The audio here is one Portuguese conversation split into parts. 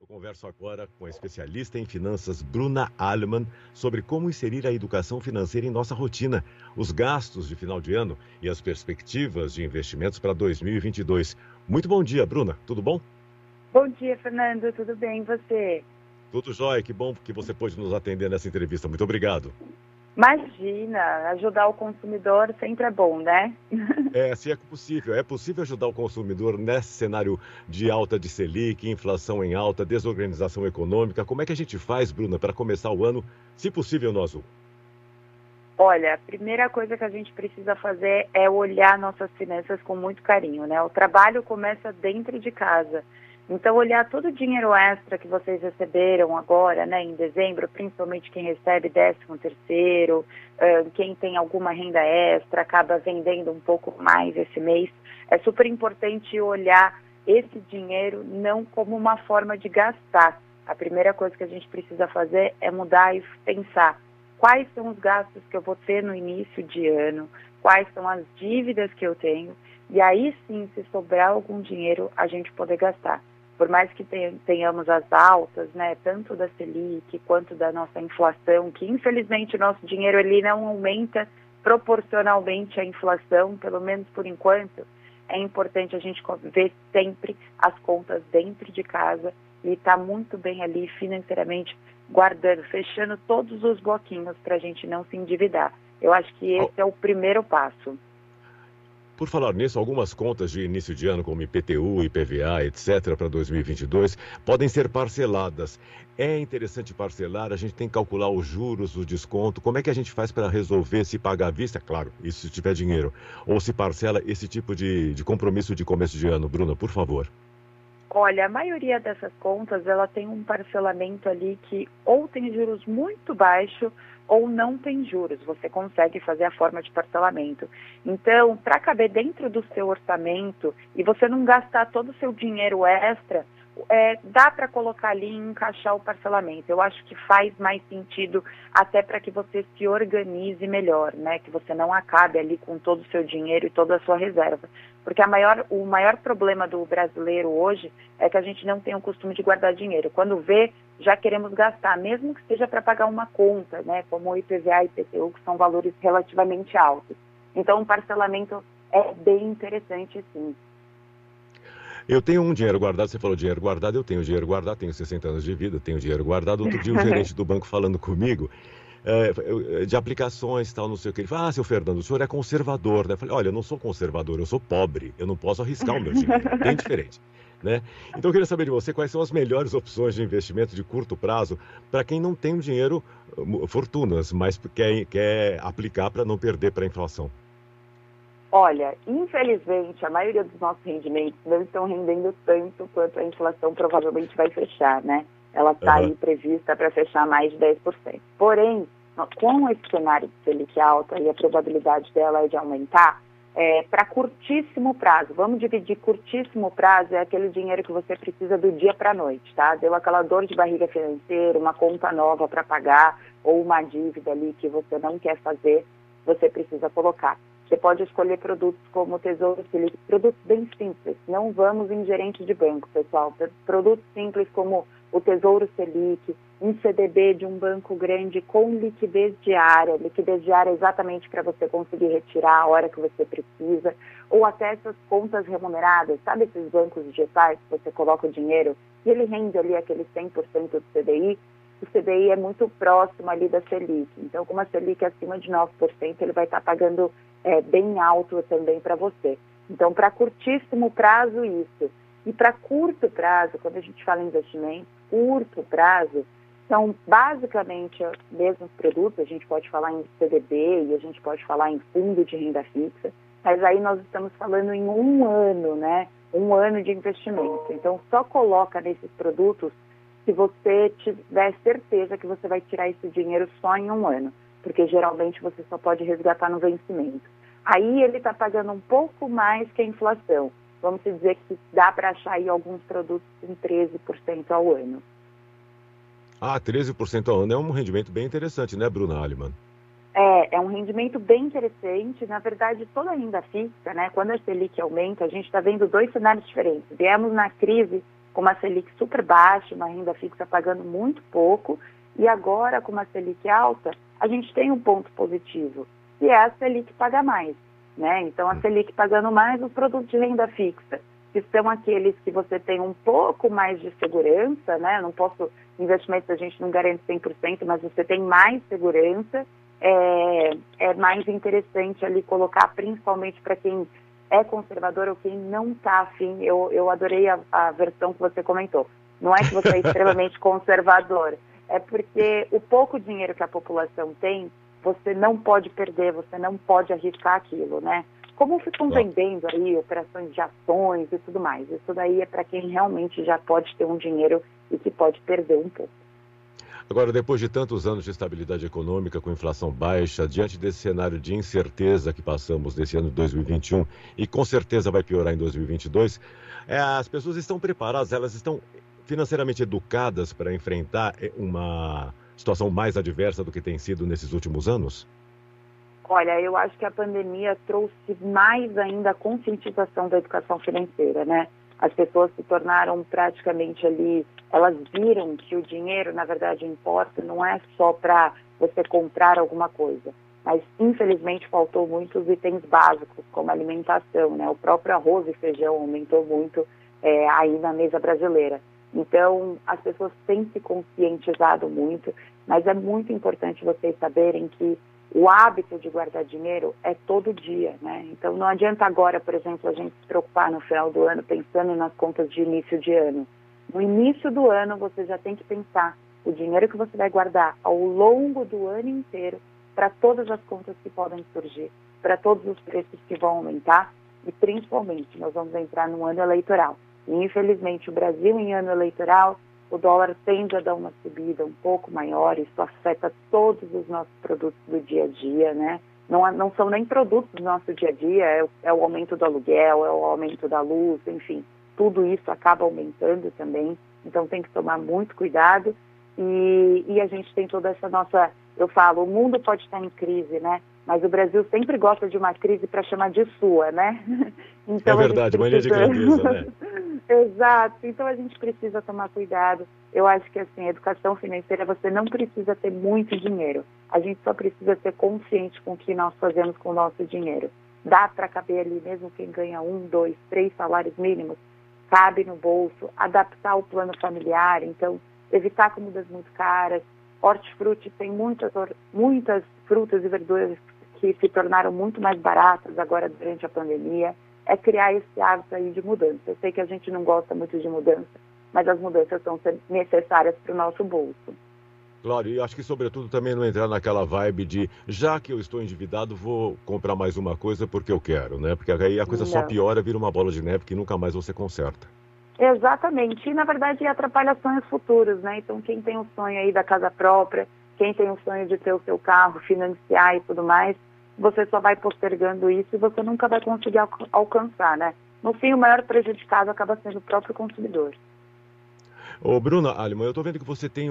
Converso agora com a especialista em finanças Bruna Alemann sobre como inserir a educação financeira em nossa rotina, os gastos de final de ano e as perspectivas de investimentos para 2022. Muito bom dia, Bruna. Tudo bom? Bom dia, Fernando. Tudo bem? E você? Tudo jóia. Que bom que você pôde nos atender nessa entrevista. Muito obrigado. Imagina, ajudar o consumidor sempre é bom, né? Se é possível. É possível ajudar o consumidor nesse cenário de alta de Selic, inflação em alta, desorganização econômica. Como é que a gente faz, Bruna, para começar o ano, se possível, no azul? Olha, a primeira coisa que a gente precisa fazer é olhar nossas finanças com muito carinho, né? O trabalho começa dentro de casa. Então, olhar todo o dinheiro extra que vocês receberam agora, né, em dezembro, principalmente quem recebe 13º, quem tem alguma renda extra, acaba vendendo um pouco mais esse mês. É super importante olhar esse dinheiro não como uma forma de gastar. A primeira coisa que a gente precisa fazer é mudar e pensar quais são os gastos que eu vou ter no início de ano, quais são as dívidas que eu tenho, e aí sim, se sobrar algum dinheiro, a gente poder gastar. Por mais que tenhamos as altas, né, tanto da Selic quanto da nossa inflação, que infelizmente o nosso dinheiro ele não aumenta proporcionalmente à inflação, pelo menos por enquanto, é importante a gente ver sempre as contas dentro de casa e estar muito bem ali financeiramente, guardando, fechando todos os bloquinhos para a gente não se endividar. Eu acho que esse é o primeiro passo. Por falar nisso, algumas contas de início de ano, como IPTU, IPVA, etc., para 2022, podem ser parceladas. É interessante parcelar, a gente tem que calcular os juros, o desconto. Como é que a gente faz para resolver se pagar à vista? Claro, isso se tiver dinheiro. Ou se parcela esse tipo de compromisso de começo de ano. Bruna, por favor. Olha, a maioria dessas contas, ela tem um parcelamento ali que ou tem juros muito baixos ou não tem juros. Você consegue fazer a forma de parcelamento. Então, para caber dentro do seu orçamento e você não gastar todo o seu dinheiro extra, dá para colocar ali e encaixar o parcelamento. Eu acho que faz mais sentido até para que você se organize melhor, né? Que você não acabe ali com todo o seu dinheiro e toda a sua reserva. Porque o maior problema do brasileiro hoje é que a gente não tem o costume de guardar dinheiro. Quando vê, já queremos gastar, mesmo que seja para pagar uma conta, né? Como o IPVA e IPTU, que são valores relativamente altos. Então, o parcelamento é bem interessante, sim. Eu tenho um dinheiro guardado, você falou dinheiro guardado, eu tenho dinheiro guardado, tenho 60 anos de vida, tenho dinheiro guardado. Outro dia o gerente do banco falando comigo, de aplicações e tal, não sei o que. Ele falou, seu Fernando, o senhor é conservador, né? Eu falei, olha, eu não sou conservador, eu sou pobre, eu não posso arriscar o meu dinheiro, é bem diferente, né? Então eu queria saber de você quais são as melhores opções de investimento de curto prazo para quem não tem dinheiro, fortunas, mas quer aplicar para não perder para a inflação. Olha, infelizmente, a maioria dos nossos rendimentos não estão rendendo tanto quanto a inflação provavelmente vai fechar, né? Ela está aí prevista para fechar mais de 10%. Porém, com esse cenário de Selic alta e a probabilidade dela é de aumentar, para curtíssimo prazo, vamos dividir curtíssimo prazo, é aquele dinheiro que você precisa do dia para a noite, tá? Deu aquela dor de barriga financeira, uma conta nova para pagar ou uma dívida ali que você não quer fazer, você precisa colocar. Você pode escolher produtos como o Tesouro Selic, produtos bem simples. Não vamos em gerente de banco, pessoal. Produtos simples como o Tesouro Selic, um CDB de um banco grande com liquidez diária exatamente para você conseguir retirar a hora que você precisa, ou até essas contas remuneradas, sabe esses bancos digitais que você coloca o dinheiro e ele rende ali aquele 100% do CDI? O CDI é muito próximo ali da Selic. Então, como a Selic é acima de 9%, ele vai estar pagando bem alto também para você. Então, para curtíssimo prazo, isso. E para curto prazo, quando a gente fala em investimento, curto prazo, são basicamente os mesmos produtos. A gente pode falar em CDB e a gente pode falar em fundo de renda fixa, mas aí nós estamos falando em um ano, né? Um ano de investimento. Então, só coloca nesses produtos se você tiver certeza que você vai tirar esse dinheiro só em um ano, porque geralmente você só pode resgatar no vencimento. Aí ele está pagando um pouco mais que a inflação. Vamos dizer que dá para achar aí alguns produtos em 13% ao ano. 13% ao ano é um rendimento bem interessante, né, Bruna Alemann? É um rendimento bem interessante. Na verdade, toda a renda fixa, né, quando a Selic aumenta, a gente está vendo dois cenários diferentes. Viemos na crise com uma Selic super baixa, uma renda fixa pagando muito pouco, e agora com uma Selic alta, a gente tem um ponto positivo, que é a Selic paga mais, né? Então a Selic pagando mais, os produtos de renda fixa, que são aqueles que você tem um pouco mais de segurança, né? Investimentos a gente não garante 100%, mas você tem mais segurança, é mais interessante ali colocar, principalmente para quem é conservador ou quem não está afim. Eu adorei a versão que você comentou. Não é que você é extremamente conservador, é porque o pouco dinheiro que a população tem, você não pode perder, você não pode arriscar aquilo, né? Como ficam vendendo aí operações de ações e tudo mais. Isso daí é para quem realmente já pode ter um dinheiro e que pode perder um pouco. Agora, depois de tantos anos de estabilidade econômica, com inflação baixa, diante desse cenário de incerteza que passamos desse ano de 2021 e com certeza vai piorar em 2022, as pessoas estão preparadas, elas estão financeiramente educadas para enfrentar uma situação mais adversa do que tem sido nesses últimos anos? Olha, eu acho que a pandemia trouxe mais ainda a conscientização da educação financeira, né? As pessoas se tornaram praticamente ali, elas viram que o dinheiro, na verdade, importa, não é só para você comprar alguma coisa, mas infelizmente faltou muitos itens básicos, como alimentação, né? O próprio arroz e feijão aumentou muito aí na mesa brasileira. Então, as pessoas têm se conscientizado muito, mas é muito importante vocês saberem que o hábito de guardar dinheiro é todo dia, né? Então, não adianta agora, por exemplo, a gente se preocupar no final do ano pensando nas contas de início de ano. No início do ano, você já tem que pensar o dinheiro que você vai guardar ao longo do ano inteiro para todas as contas que podem surgir, para todos os preços que vão aumentar e, principalmente, nós vamos entrar no ano eleitoral. E, infelizmente, o Brasil, em ano eleitoral, o dólar tende a dar uma subida um pouco maior, isso afeta todos os nossos produtos do dia a dia, né? Não são nem produtos do nosso dia a dia, é o aumento do aluguel, é o aumento da luz, enfim, tudo isso acaba aumentando também, então tem que tomar muito cuidado e a gente tem toda essa nossa, eu falo, o mundo pode estar em crise, né? Mas o Brasil sempre gosta de uma crise para chamar de sua, né? Então, é verdade, mania de grandeza, né? Exato, então a gente precisa tomar cuidado. Eu acho que assim, educação financeira, você não precisa ter muito dinheiro. A gente só precisa ser consciente com o que nós fazemos com o nosso dinheiro. Dá para caber ali, mesmo quem ganha 1, 2, 3 salários mínimos, cabe no bolso, adaptar o plano familiar, então evitar comidas muito caras. Hortifruti tem muitas frutas e verduras que se tornaram muito mais baratas agora durante a pandemia. É criar esse hábito aí de mudança. Eu sei que a gente não gosta muito de mudança, mas as mudanças são necessárias para o nosso bolso. Claro, e acho que sobretudo também não entrar naquela vibe de, já que eu estou endividado, vou comprar mais uma coisa porque eu quero, né? Porque aí a coisa só piora, vira uma bola de neve que nunca mais você conserta. Exatamente, e na verdade atrapalha sonhos futuros, né? Então quem tem o sonho aí da casa própria, quem tem o sonho de ter o seu carro, financiar e tudo mais, você só vai postergando isso e você nunca vai conseguir alcançar, né? No fim, o maior prejudicado acaba sendo o próprio consumidor. Ô, Bruna Alimann, eu estou vendo que você tem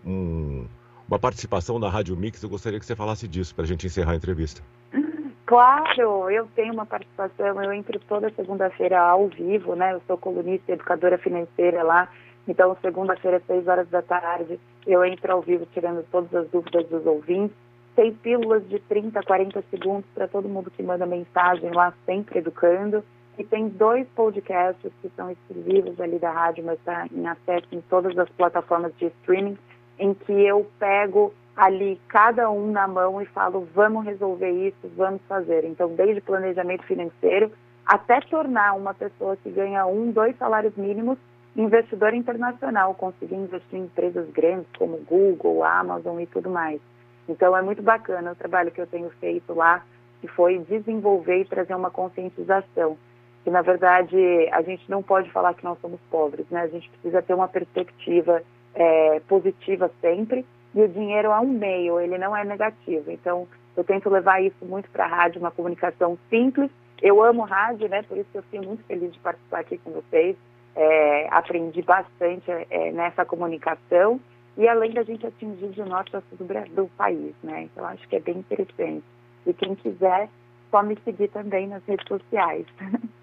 uma participação na Rádio Mix, eu gostaria que você falasse disso para a gente encerrar a entrevista. Claro, eu tenho uma participação, eu entro toda segunda-feira ao vivo, né? Eu sou colunista e educadora financeira lá, então segunda-feira às 6 horas da tarde, eu entro ao vivo tirando todas as dúvidas dos ouvintes. Tem pílulas de 30, 40 segundos para todo mundo que manda mensagem lá, sempre educando. E tem 2 podcasts que são exclusivos ali da rádio, mas está em acesso em todas as plataformas de streaming, em que eu pego ali cada um na mão e falo, vamos resolver isso, vamos fazer. Então, desde planejamento financeiro até tornar uma pessoa que ganha 1, 2 salários mínimos investidor internacional, conseguir investir em empresas grandes como Google, Amazon e tudo mais. Então, é muito bacana o trabalho que eu tenho feito lá, que foi desenvolver e trazer uma conscientização. Que, na verdade, a gente não pode falar que nós somos pobres, né? A gente precisa ter uma perspectiva positiva sempre, e o dinheiro é um meio, ele não é negativo. Então, eu tento levar isso muito para a rádio, uma comunicação simples. Eu amo rádio, né? Por isso que eu fiquei muito feliz de participar aqui com vocês. Aprendi bastante nessa comunicação, e além da gente atingir de norte a sul do país, né? Então, acho que é bem interessante. E quem quiser, só me seguir também nas redes sociais.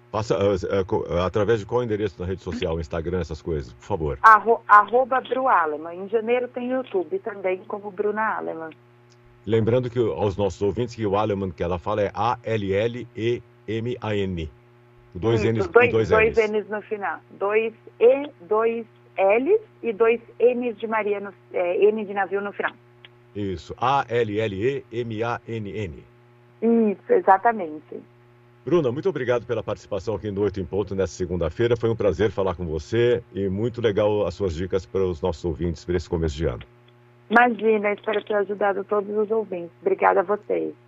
Passa através de qual endereço na rede social, Instagram, essas coisas, por favor. Arroba Bru Aleman. Em janeiro tem YouTube também como Bruna Aleman. Lembrando que aos nossos ouvintes que o Aleman que ela fala é A-L-L-E-M-A-N. Dois N's e dois L's. Dois N's no final. 2 E, 2 L's e 2 N's de Maria, N de navio no final. Isso, A-L-L-E-M-A-N-N. Isso, exatamente. Bruna, muito obrigado pela participação aqui no 8 em Ponto nessa segunda-feira. Foi um prazer falar com você e muito legal as suas dicas para os nossos ouvintes para esse começo de ano. Imagina, espero ter ajudado todos os ouvintes. Obrigada a vocês.